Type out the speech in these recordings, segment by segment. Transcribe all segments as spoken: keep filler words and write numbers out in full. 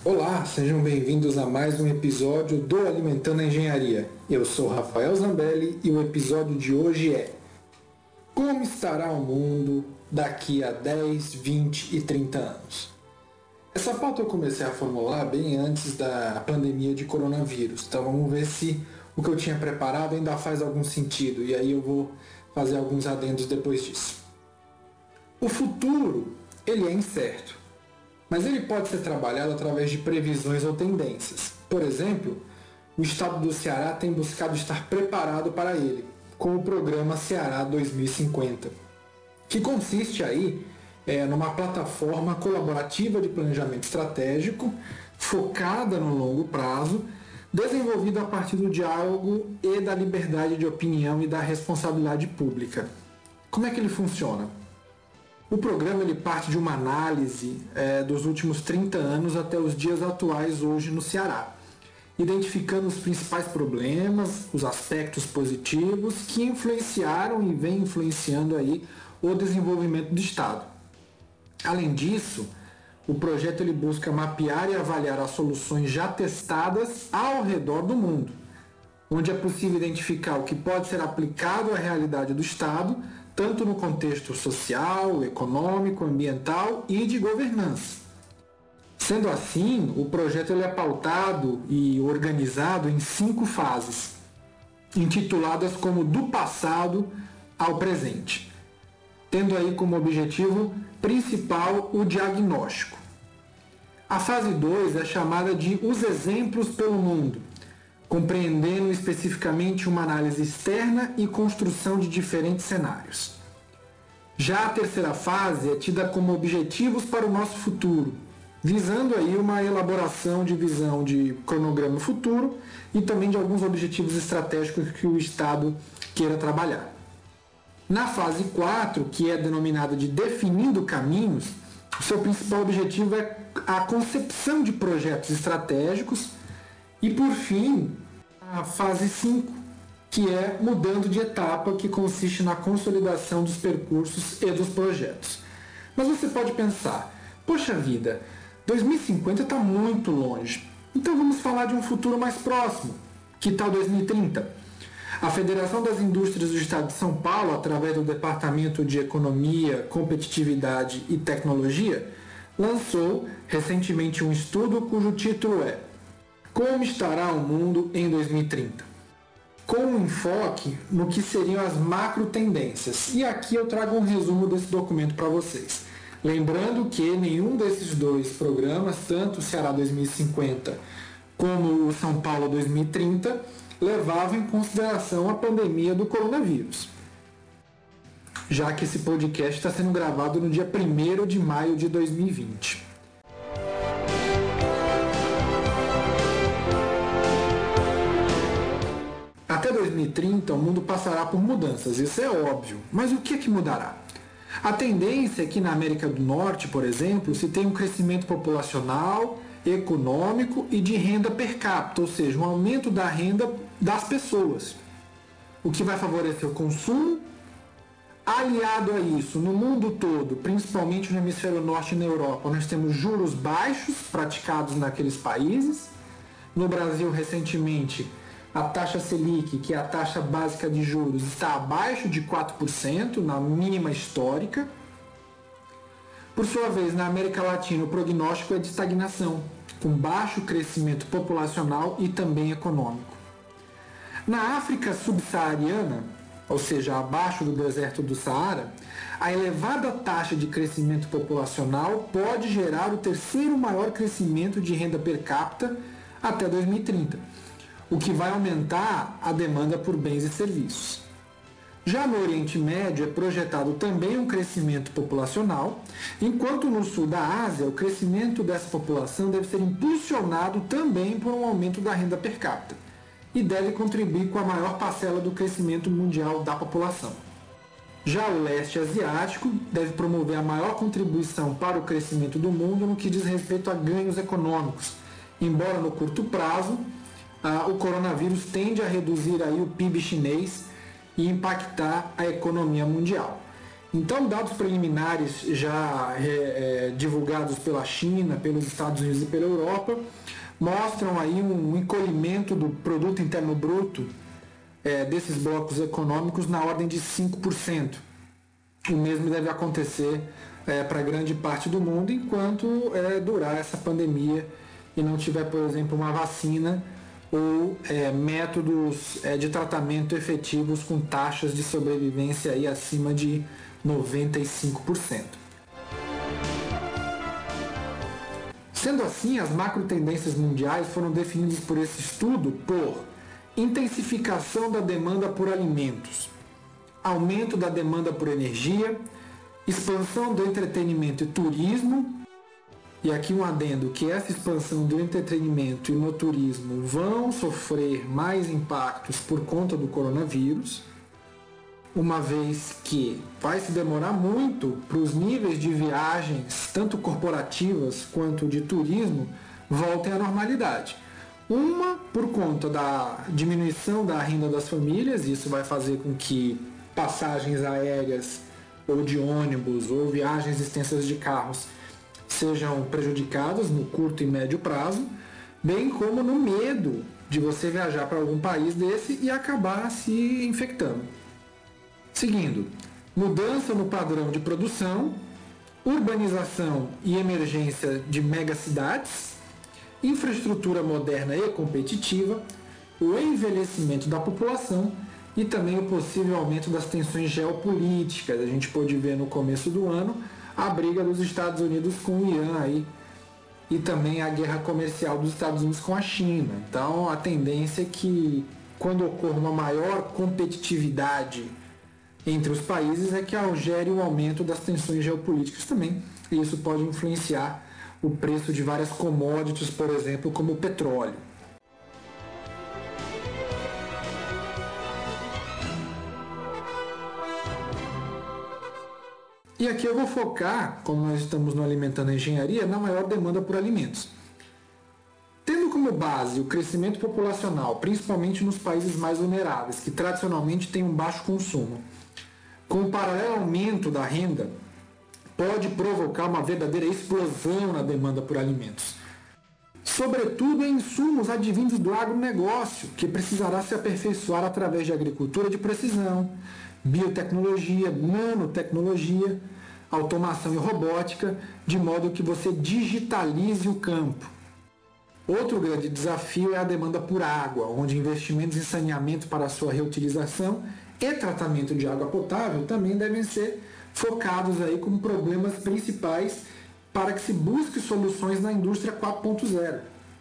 Olá, sejam bem-vindos a mais um episódio do Alimentando a Engenharia. Eu sou Rafael Zambelli e o episódio de hoje é: como estará o mundo daqui a dez, vinte e trinta anos? Essa pauta eu comecei a formular bem antes da pandemia de coronavírus, então vamos ver se o que eu tinha preparado ainda faz algum sentido, e aí eu vou fazer alguns adendos depois disso. O futuro, ele é incerto, mas ele pode ser trabalhado através de previsões ou tendências. Por exemplo, o estado do Ceará tem buscado estar preparado para ele, com o programa Ceará dois mil e cinquenta, que consiste aí é, numa plataforma colaborativa de planejamento estratégico, focada no longo prazo, desenvolvida a partir do diálogo e da liberdade de opinião e da responsabilidade pública. Como é que ele funciona? O programa ele parte de uma análise é, dos últimos trinta anos até os dias atuais hoje no Ceará, identificando os principais problemas, os aspectos positivos que influenciaram e vêm influenciando aí o desenvolvimento do Estado. Além disso, o projeto ele busca mapear e avaliar as soluções já testadas ao redor do mundo, onde é possível identificar o que pode ser aplicado à realidade do Estado, tanto no contexto social, econômico, ambiental e de governança. Sendo assim, o projeto ele é pautado e organizado em cinco fases, intituladas como do passado ao presente, tendo aí como objetivo principal o diagnóstico. A fase dois é chamada de os exemplos pelo mundo, compreendendo especificamente uma análise externa e construção de diferentes cenários. Já a terceira fase é tida como objetivos para o nosso futuro, visando aí uma elaboração de visão de cronograma futuro e também de alguns objetivos estratégicos que o Estado queira trabalhar. Na fase quatro, que é denominada de definindo caminhos, o seu principal objetivo é a concepção de projetos estratégicos e, por fim, a fase cinco, que é mudando de etapa, que consiste na consolidação dos percursos e dos projetos. Mas você pode pensar, poxa vida, dois mil e cinquenta está muito longe, então vamos falar de um futuro mais próximo. Que tal dois mil e trinta? A Federação das Indústrias do Estado de São Paulo, através do Departamento de Economia, Competitividade e Tecnologia, lançou recentemente um estudo cujo título é Como estará o mundo em dois mil e trinta? Com um enfoque no que seriam as macro tendências. E aqui eu trago um resumo desse documento para vocês. Lembrando que nenhum desses dois programas, tanto o Ceará dois mil e cinquenta como o São Paulo dois mil e trinta, levavam em consideração a pandemia do coronavírus, já que esse podcast está sendo gravado no dia primeiro de maio de dois mil e vinte. Até dois mil e trinta, o mundo passará por mudanças, isso é óbvio. Mas o que é que mudará? A tendência é que na América do Norte, por exemplo, se tenha um crescimento populacional, econômico e de renda per capita, ou seja, um aumento da renda das pessoas, o que vai favorecer o consumo. Aliado a isso, no mundo todo, principalmente no hemisfério norte e na Europa, nós temos juros baixos praticados naqueles países. No Brasil, recentemente, a taxa Selic, que é a taxa básica de juros, está abaixo de quatro por cento, na mínima histórica. Por sua vez, na América Latina, o prognóstico é de estagnação, com baixo crescimento populacional e também econômico. Na África subsaariana, ou seja, abaixo do deserto do Saara, a elevada taxa de crescimento populacional pode gerar o terceiro maior crescimento de renda per capita até dois mil e trinta, o que vai aumentar a demanda por bens e serviços. Já no Oriente Médio é projetado também um crescimento populacional, enquanto no sul da Ásia o crescimento dessa população deve ser impulsionado também por um aumento da renda per capita e deve contribuir com a maior parcela do crescimento mundial da população. Já o leste asiático deve promover a maior contribuição para o crescimento do mundo no que diz respeito a ganhos econômicos, embora no curto prazo ah, o coronavírus tende a reduzir aí o P I B chinês e impactar a economia mundial. Então, dados preliminares já é, é, divulgados pela China, pelos Estados Unidos e pela Europa mostram aí um encolhimento do produto interno bruto é, desses blocos econômicos na ordem de cinco por cento. O mesmo deve acontecer é, para grande parte do mundo enquanto é, durar essa pandemia e não tiver, por exemplo, uma vacina ou é, métodos é, de tratamento efetivos com taxas de sobrevivência aí acima de noventa e cinco por cento. Sendo assim, as macro tendências mundiais foram definidas por esse estudo por intensificação da demanda por alimentos, aumento da demanda por energia, expansão do entretenimento e turismo, e aqui um adendo que essa expansão do entretenimento e no turismo vão sofrer mais impactos por conta do coronavírus, uma vez que vai se demorar muito para os níveis de viagens, tanto corporativas quanto de turismo, voltem à normalidade. Uma, por conta da diminuição da renda das famílias, isso vai fazer com que passagens aéreas ou de ônibus ou viagens extensas de carros sejam prejudicadas no curto e médio prazo, bem como no medo de você viajar para algum país desse e acabar se infectando. Seguindo, mudança no padrão de produção, urbanização e emergência de megacidades, infraestrutura moderna e competitiva, o envelhecimento da população e também o possível aumento das tensões geopolíticas. A gente pôde ver no começo do ano a briga dos Estados Unidos com o Irã aí, e também a guerra comercial dos Estados Unidos com a China. Então a tendência é que quando ocorra uma maior competitividade entre os países é que gere o aumento das tensões geopolíticas também, e isso pode influenciar o preço de várias commodities, por exemplo, como o petróleo. E aqui eu vou focar, como nós estamos no Alimentando a Engenharia, na maior demanda por alimentos. Tendo como base o crescimento populacional, principalmente nos países mais vulneráveis, que tradicionalmente têm um baixo consumo, com o paralelo aumento da renda, pode provocar uma verdadeira explosão na demanda por alimentos. Sobretudo em insumos advindos do agronegócio, que precisará se aperfeiçoar através de agricultura de precisão, biotecnologia, nanotecnologia, automação e robótica, de modo que você digitalize o campo. Outro grande desafio é a demanda por água, onde investimentos em saneamento para a sua reutilização e tratamento de água potável também devem ser focados aí como problemas principais para que se busque soluções na indústria quatro ponto zero,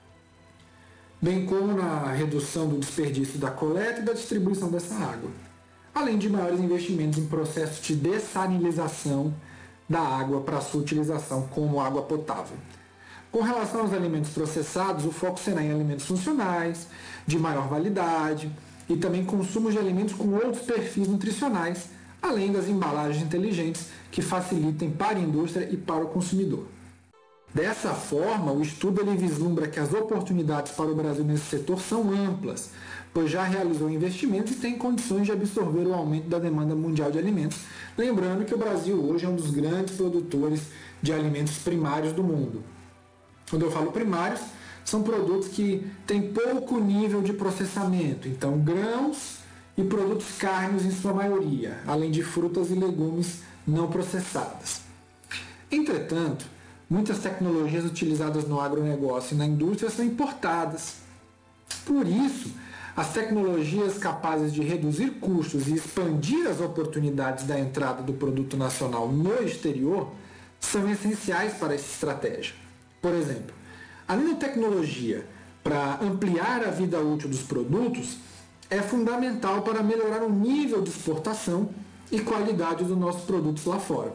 bem como na redução do desperdício da coleta e da distribuição dessa água, além de maiores investimentos em processos de dessalinização da água para sua utilização como água potável. Com relação aos alimentos processados, o foco será em alimentos funcionais, de maior validade, e também consumo de alimentos com outros perfis nutricionais, além das embalagens inteligentes que facilitem para a indústria e para o consumidor. Dessa forma, o estudo ele vislumbra que as oportunidades para o Brasil nesse setor são amplas, pois já realizou investimentos e tem condições de absorver o aumento da demanda mundial de alimentos. Lembrando que o Brasil hoje é um dos grandes produtores de alimentos primários do mundo. Quando eu falo primários, são produtos que têm pouco nível de processamento, então grãos e produtos carnes em sua maioria, além de frutas e legumes não processadas. Entretanto, muitas tecnologias utilizadas no agronegócio e na indústria são importadas. Por isso, as tecnologias capazes de reduzir custos e expandir as oportunidades da entrada do produto nacional no exterior são essenciais para essa estratégia. Por exemplo, a nanotecnologia, para ampliar a vida útil dos produtos, é fundamental para melhorar o nível de exportação e qualidade dos nossos produtos lá fora.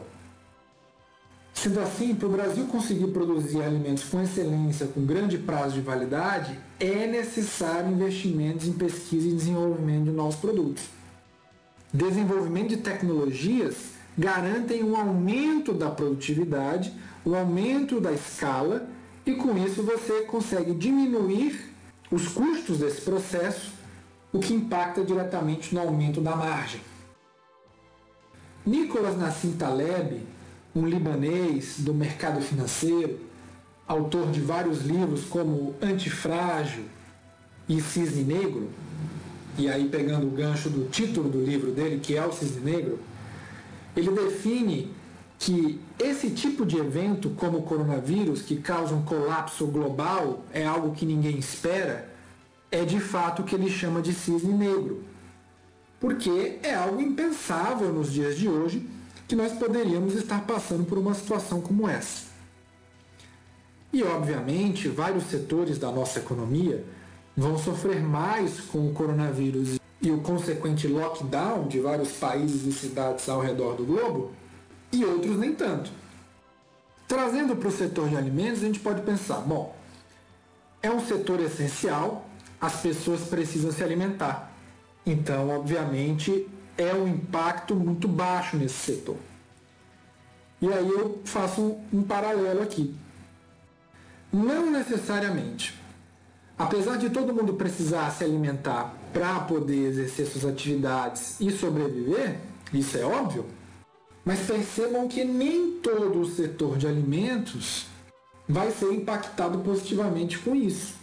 Sendo assim, para o Brasil conseguir produzir alimentos com excelência, com grande prazo de validade, é necessário investimentos em pesquisa e desenvolvimento de novos produtos. Desenvolvimento de tecnologias garantem um aumento da produtividade, um aumento da escala, e com isso você consegue diminuir os custos desse processo, o que impacta diretamente no aumento da margem. Nicolas Nassim Taleb, um libanês do mercado financeiro, autor de vários livros como Antifrágil e Cisne Negro, e aí pegando o gancho do título do livro dele, que é o Cisne Negro, ele define que esse tipo de evento, como o coronavírus, que causa um colapso global, é algo que ninguém espera, é de fato o que ele chama de cisne negro. Porque é algo impensável nos dias de hoje que nós poderíamos estar passando por uma situação como essa. E, obviamente, vários setores da nossa economia vão sofrer mais com o coronavírus e o consequente lockdown de vários países e cidades ao redor do globo, e outros nem tanto. Trazendo para o setor de alimentos, a gente pode pensar, bom, é um setor essencial, as pessoas precisam se alimentar. Então, obviamente, é um impacto muito baixo nesse setor. E aí eu faço um, um paralelo aqui. Não necessariamente. Apesar de todo mundo precisar se alimentar para poder exercer suas atividades e sobreviver, isso é óbvio, mas percebam que nem todo o setor de alimentos vai ser impactado positivamente com isso.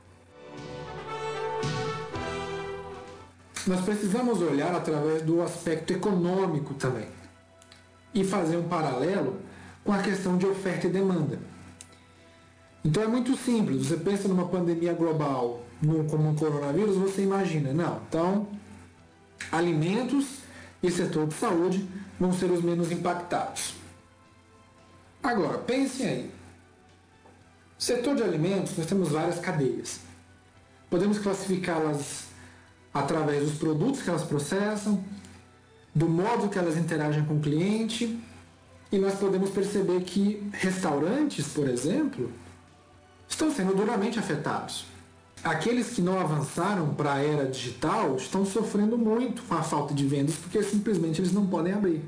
Nós precisamos olhar através do aspecto econômico também e fazer um paralelo com a questão de oferta e demanda. Então é muito simples, você pensa numa pandemia global como um coronavírus, você imagina, não, então alimentos e setor de saúde vão ser os menos impactados. Agora, pensem aí. Setor de alimentos, nós temos várias cadeias. Podemos classificá-las através dos produtos que elas processam, do modo que elas interagem com o cliente, e nós podemos perceber que restaurantes, por exemplo, estão sendo duramente afetados. Aqueles que não avançaram para a era digital estão sofrendo muito com a falta de vendas porque simplesmente eles não podem abrir.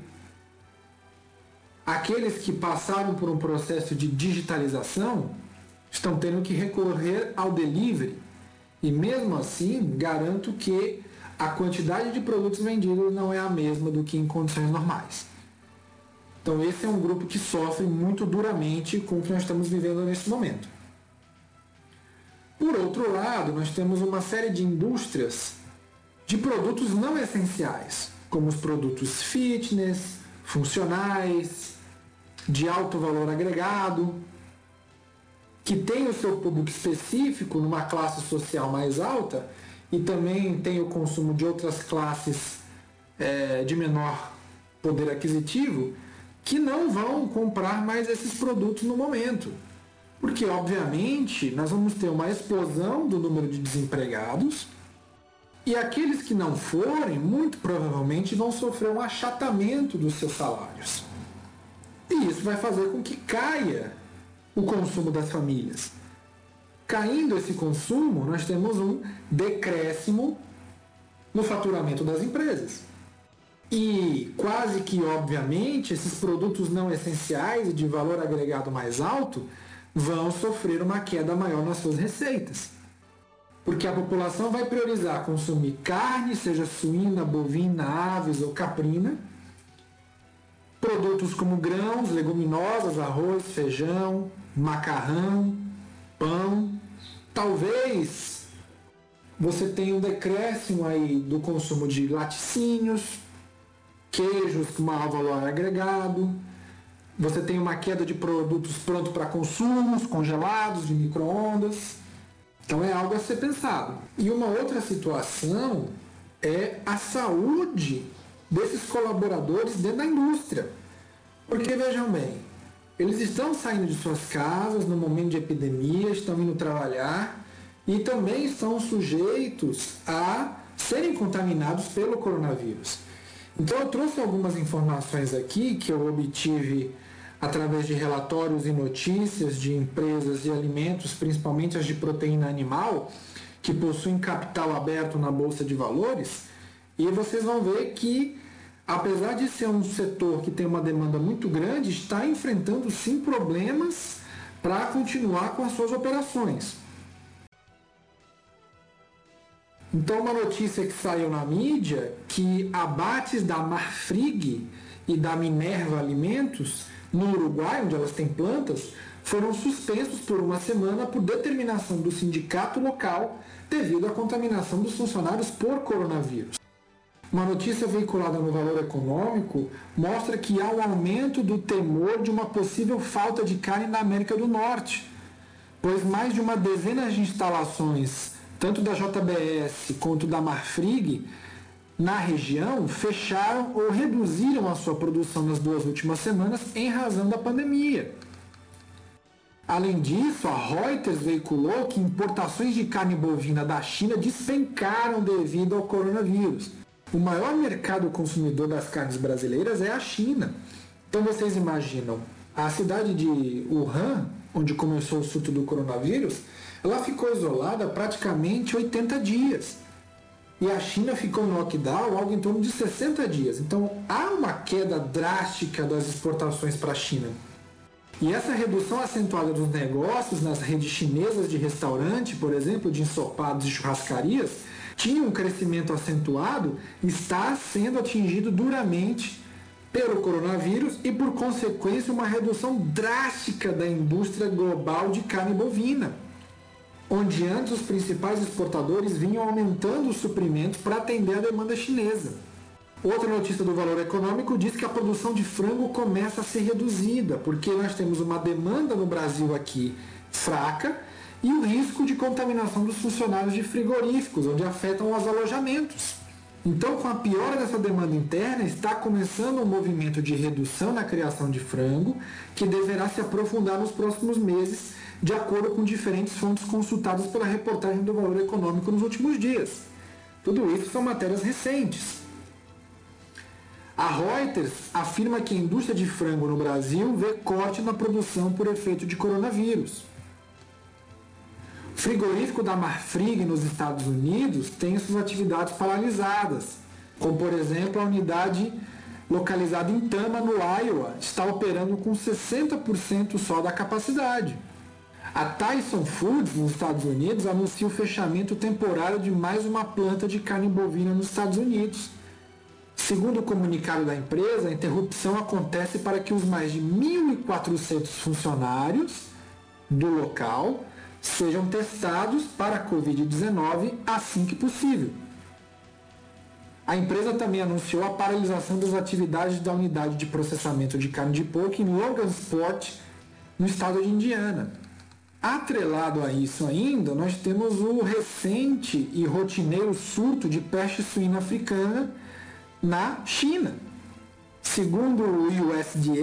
Aqueles que passaram por um processo de digitalização estão tendo que recorrer ao delivery e mesmo assim garanto que a quantidade de produtos vendidos não é a mesma do que em condições normais. Então esse é um grupo que sofre muito duramente com o que nós estamos vivendo nesse momento. Por outro lado, nós temos uma série de indústrias de produtos não essenciais, como os produtos fitness, funcionais, de alto valor agregado, que tem o seu público específico numa classe social mais alta e também tem o consumo de outras classes é, de menor poder aquisitivo, que não vão comprar mais esses produtos no momento. Porque, obviamente, nós vamos ter uma explosão do número de desempregados e aqueles que não forem, muito provavelmente, vão sofrer um achatamento dos seus salários. E isso vai fazer com que caia o consumo das famílias. Caindo esse consumo, nós temos um decréscimo no faturamento das empresas. E, quase que obviamente, esses produtos não essenciais e de valor agregado mais alto vão sofrer uma queda maior nas suas receitas. Porque a população vai priorizar consumir carne, seja suína, bovina, aves ou caprina, produtos como grãos, leguminosas, arroz, feijão, macarrão, pão. Talvez você tenha um decréscimo aí do consumo de laticínios, queijos com maior valor agregado. Você tem uma queda de produtos prontos para consumo, congelados, de micro-ondas. Então é algo a ser pensado. E uma outra situação é a saúde desses colaboradores dentro da indústria. Porque vejam bem, eles estão saindo de suas casas no momento de epidemia, estão indo trabalhar e também estão sujeitos a serem contaminados pelo coronavírus. Então eu trouxe algumas informações aqui que eu obtive através de relatórios e notícias de empresas de alimentos, principalmente as de proteína animal, que possuem capital aberto na Bolsa de Valores, e vocês vão ver que, apesar de ser um setor que tem uma demanda muito grande, está enfrentando sim problemas para continuar com as suas operações. Então, uma notícia que saiu na mídia, que abates da Marfrig e da Minerva Alimentos, no Uruguai, onde elas têm plantas, foram suspensos por uma semana por determinação do sindicato local devido à contaminação dos funcionários por coronavírus. Uma notícia veiculada no Valor Econômico mostra que há um aumento do temor de uma possível falta de carne na América do Norte, pois mais de uma dezena de instalações, tanto da J B S quanto da Marfrig, na região, fecharam ou reduziram a sua produção nas duas últimas semanas em razão da pandemia. Além disso, a Reuters veiculou que importações de carne bovina da China despencaram devido ao coronavírus. O maior mercado consumidor das carnes brasileiras é a China. Então vocês imaginam, a cidade de Wuhan, onde começou o surto do coronavírus, ela ficou isolada praticamente oitenta dias. E a China ficou no lockdown algo em torno de sessenta dias. Então há uma queda drástica das exportações para a China. E essa redução acentuada dos negócios nas redes chinesas de restaurante, por exemplo, de ensopados e churrascarias, tinha um crescimento acentuado e está sendo atingido duramente pelo coronavírus e, por consequência, uma redução drástica da indústria global de carne bovina, onde antes os principais exportadores vinham aumentando os suprimentos para atender a demanda chinesa. Outra notícia do Valor Econômico diz que a produção de frango começa a ser reduzida, porque nós temos uma demanda no Brasil aqui fraca e o risco de contaminação dos funcionários de frigoríficos, onde afetam os alojamentos. Então, com a piora dessa demanda interna, está começando um movimento de redução na criação de frango, que deverá se aprofundar nos próximos meses, de acordo com diferentes fontes consultadas pela reportagem do Valor Econômico nos últimos dias. Tudo isso são matérias recentes. A Reuters afirma que a indústria de frango no Brasil vê corte na produção por efeito de coronavírus. O frigorífico da Marfrig nos Estados Unidos tem suas atividades paralisadas, como por exemplo a unidade localizada em Tama, no Iowa, está operando com sessenta por cento só da capacidade. A Tyson Foods, nos Estados Unidos, anuncia o fechamento temporário de mais uma planta de carne bovina nos Estados Unidos. Segundo o comunicado da empresa, a interrupção acontece para que os mais de mil e quatrocentos funcionários do local sejam testados para a covid dezenove assim que possível. A empresa também anunciou a paralisação das atividades da unidade de processamento de carne de porco em Logansport, no estado de Indiana. Atrelado a isso ainda, nós temos o recente e rotineiro surto de peste suína africana na China. Segundo o U S D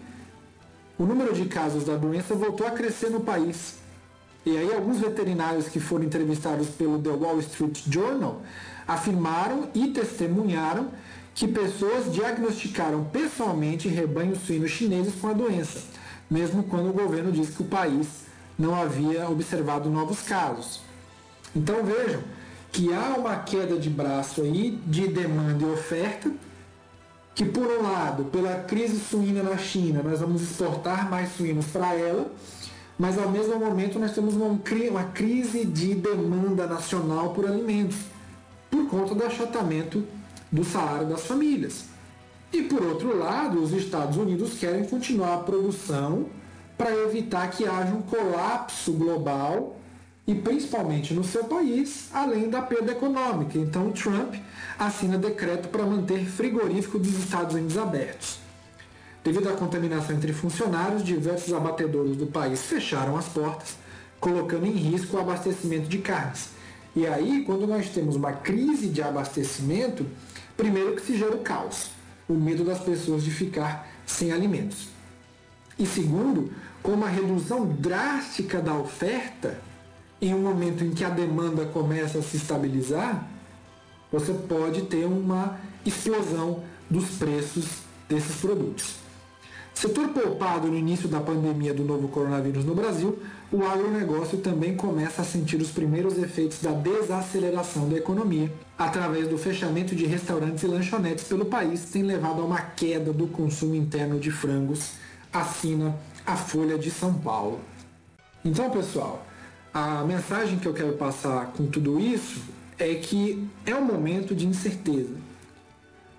A, o número de casos da doença voltou a crescer no país. E aí alguns veterinários que foram entrevistados pelo The Wall Street Journal afirmaram e testemunharam que pessoas diagnosticaram pessoalmente rebanhos suínos chineses com a doença, mesmo quando o governo disse que o país não havia observado novos casos. Então vejam que há uma queda de braço aí de demanda e oferta, que por um lado, pela crise suína na China, nós vamos exportar mais suínos para ela, mas ao mesmo momento nós temos uma, uma crise de demanda nacional por alimentos, por conta do achatamento do salário das famílias. E por outro lado, os Estados Unidos querem continuar a produção para evitar que haja um colapso global e principalmente no seu país, além da perda econômica. Então Trump assina decreto para manter frigorífico dos Estados Unidos abertos. Devido à contaminação entre funcionários, diversos abatedouros do país fecharam as portas, colocando em risco o abastecimento de carnes. E aí, quando nós temos uma crise de abastecimento, primeiro que se gera o caos, o medo das pessoas de ficar sem alimentos. E segundo, com uma redução drástica da oferta, em um momento em que a demanda começa a se estabilizar, você pode ter uma explosão dos preços desses produtos. Setor poupado no início da pandemia do novo coronavírus no Brasil, o agronegócio também começa a sentir os primeiros efeitos da desaceleração da economia, através do fechamento de restaurantes e lanchonetes pelo país, tem levado a uma queda do consumo interno de frangos, assina a Folha de São Paulo. Então, pessoal, a mensagem que eu quero passar com tudo isso é que é um momento de incerteza.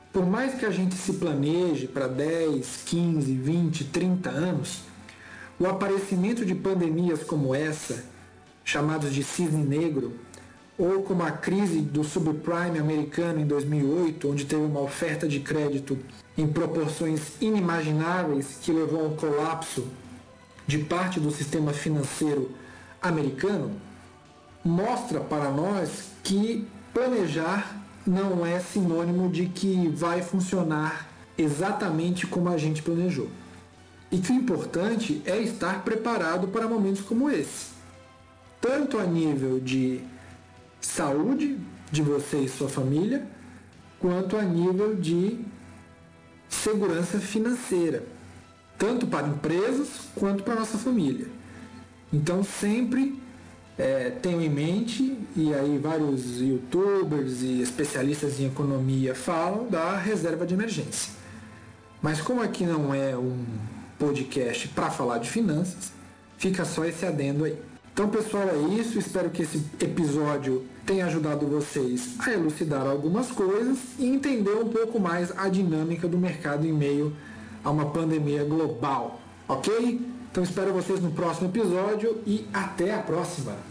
Por mais que a gente se planeje para dez, quinze, vinte, trinta anos, o aparecimento de pandemias como essa, chamados de cisne negro, ou como a crise do subprime americano em dois mil e oito, onde teve uma oferta de crédito em proporções inimagináveis que levou a um colapso de parte do sistema financeiro americano, mostra para nós que planejar não é sinônimo de que vai funcionar exatamente como a gente planejou. E que o importante é estar preparado para momentos como esse, tanto a nível de saúde de você e sua família, quanto a nível de segurança financeira, tanto para empresas quanto para a nossa família. Então sempre é, tenham em mente, e aí vários youtubers e especialistas em economia falam da reserva de emergência. Mas como aqui não é um podcast para falar de finanças, fica só esse adendo aí. Então, pessoal, é isso. Espero que esse episódio tenha ajudado vocês a elucidar algumas coisas e entender um pouco mais a dinâmica do mercado em meio a uma pandemia global, ok? Então, espero vocês no próximo episódio e até a próxima!